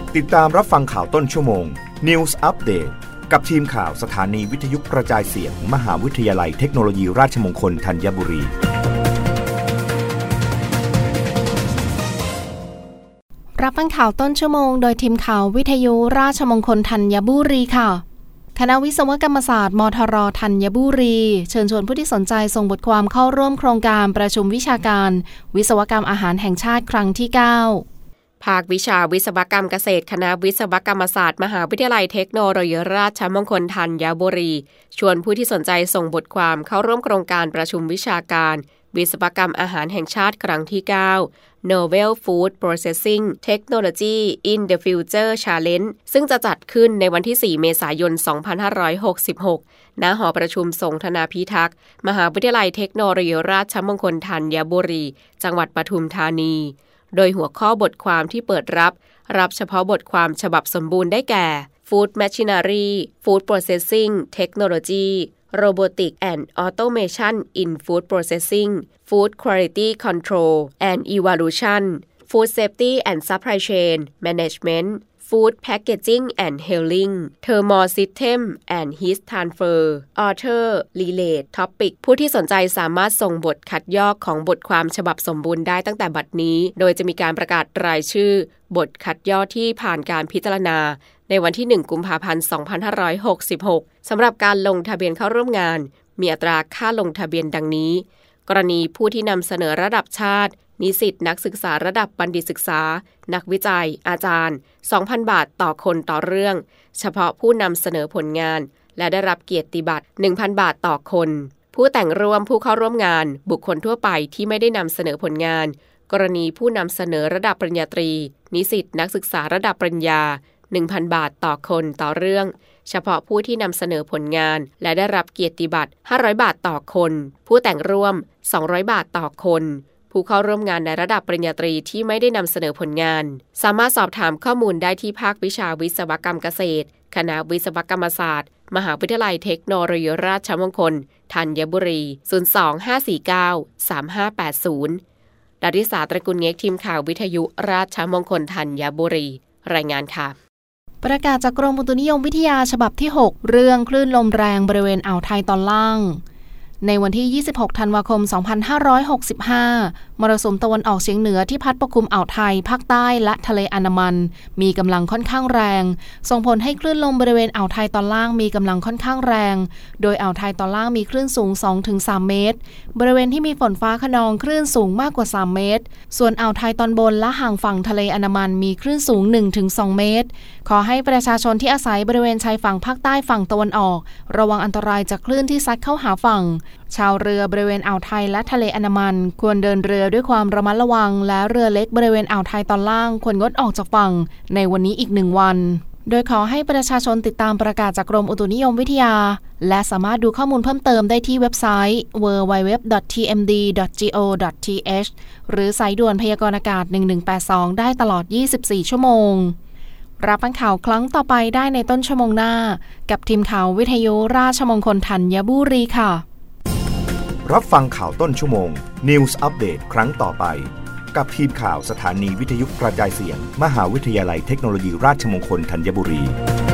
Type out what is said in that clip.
ติดตามรับฟังข่าวต้นชั่วโมง News Update กับทีมข่าวสถานีวิทยุกระจายเสียง มหาวิทยาลัยเทคโนโลยีราชมงคลธัญบุรีรับฟังข่าวต้นชั่วโมงโดยทีมข่าววิทยุราชมงคลธัญบุรีค่ะคณะวิศวกรรมศาสตร์มทร.ธัญบุรีเชิญชวนผู้ที่สนใจส่งบทความเข้าร่วมโครงการประชุมวิชาการวิศวกรรมอาหารแห่งชาติครั้งที่ 9 ภาควิชาวิศวกรรมเกษตรคณะวิศวกรรมศาสตร์มหาวิทยาลัยเทคโนโลยีราชมงคลธัญบุรีชวนผู้ที่สนใจส่งบทความเข้าร่วมโครงการประชุมวิชาการวิศวกรรมอาหารแห่งชาติครั้งที่ 9 Novel Food Processing Technology in the Future Challenge ซึ่งจะจัดขึ้นในวันที่ 4 เมษายน 2566 ณ หอประชุมสงฆ์ธนาพิทักษ์มหาวิทยาลัยเทคโนโลยีราชมงคลธัญบุรีจังหวัดปทุมธานีโดยหัวข้อบทความที่เปิดรับเฉพาะบทความฉบับสมบูรณ์ได้แก่ Food Machinery Food Processing Technology Robotics and Automation in Food Processing Food Quality Control and Evaluation Food Safety and Supply Chain Management Food Packaging and Handling Thermal System and Heat Transfer Author Relate Topic ผู้ที่สนใจสามารถส่งบทคัดย่อของบทความฉบับสมบูรณ์ได้ตั้งแต่บัดนี้โดยจะมีการประกาศรายชื่อบทคัดย่อที่ผ่านการพิจารณาในวันที่ 1 กุมภาพันธ์ 2566 สำหรับการลงทะเบียนเข้าร่วมงานมีอัตราค่าลงทะเบียนดังนี้กรณีผู้ที่นำเสนอระดับชาตินิสิตนักศึกษาระดับบัณฑิตศึกษานักวิจัยอาจารย์ 2,000 บาทต่อคนต่อเรื่องเฉพาะผู้นำเสนอผลงานและได้รับเกียรติบัตร 1,000 บาทต่อคนผู้แต่งร่วมผู้เข้าร่วมงานบุคคลทั่วไปที่ไม่ได้นำเสนอผลงานกรณีผู้นำเสนอระดับปริญญาตรีนิสิตนักศึกษาระดับปริญญา 1,000 บาทต่อคนต่อเรื่องเฉพาะผู้ที่นำเสนอผลงานและได้รับเกียรติบัตร 500 บาทต่อคนผู้แต่งร่วม 200 บาทต่อคนผู้เข้าร่วมงานในระดับปริญญาตรีที่ไม่ได้นำเสนอผลงานสามารถสอบถามข้อมูลได้ที่ภาควิชาวิศวกรรมเกษตรคณะวิศวกรรมศาสตร์มหาวิทยาลัยเทคโนโลยีราชมงคลธัญบุรี 025493580 ดาริสา ตระกูลเง็กทีมข่าววิทยุราชมงคลธัญบุรีรายงานค่ะประกาศจากกรมอุตุนิยมวิทยาฉบับที่ 6 เรื่องคลื่นลมแรงบริเวณอ่าวไทยตอนล่างในวันที่ 26 ธันวาคม 2565 มรสุมตะวันออกเฉียงเหนือที่พัดปกคลุมอ่าวไทยภาคใต้และทะเลอันดามันมีกำลังค่อนข้างแรงส่งผลให้คลื่นลมบริเวณอ่าวไทยตอนล่างมีกำลังค่อนข้างแรงโดยอ่าวไทยตอนล่างมีคลื่นสูง 2-3 เมตรบริเวณที่มีฝนฟ้าคะนองคลื่นสูงมากกว่า3เมตรส่วนอ่าวไทยตอนบนและห่างฝั่งทะเลอันดามันมีคลื่นสูง 1-2 เมตรขอให้ประชาชนที่อาศัยบริเวณชายฝั่งภาคใต้ฝั่งตะวันออกระวังอันตรายจากคลื่นที่ซัดเข้าหาฝั่งชาวเรือบริเวณอ่าวไทยและทะเลอันดามันควรเดินเรือด้วยความระมัดระวังและเรือเล็กบริเวณอ่าวไทยตอนล่างควรงดออกจากฝั่งในวันนี้อีก1วันโดยขอให้ประชาชนติดตามประกาศจากกรมอุตุนิยมวิทยาและสามารถดูข้อมูลเพิ่มเติมได้ที่เว็บไซต์ www.tmd.go.th หรือสายด่วนพยากรณ์อากาศ1182ได้ตลอด24ชั่วโมงรับฟังข่าวครั้งต่อไปได้ในต้นชั่วโมงหน้ากับทีมข่าววิทยุราชมงคลธัญบุรีค่ะรับฟังข่าวต้นชั่วโมง News Update ครั้งต่อไปกับทีมข่าวสถานีวิทยุกระจายเสียงมหาวิทยาลัยเทคโนโลยีราชมงคลธัญบุรี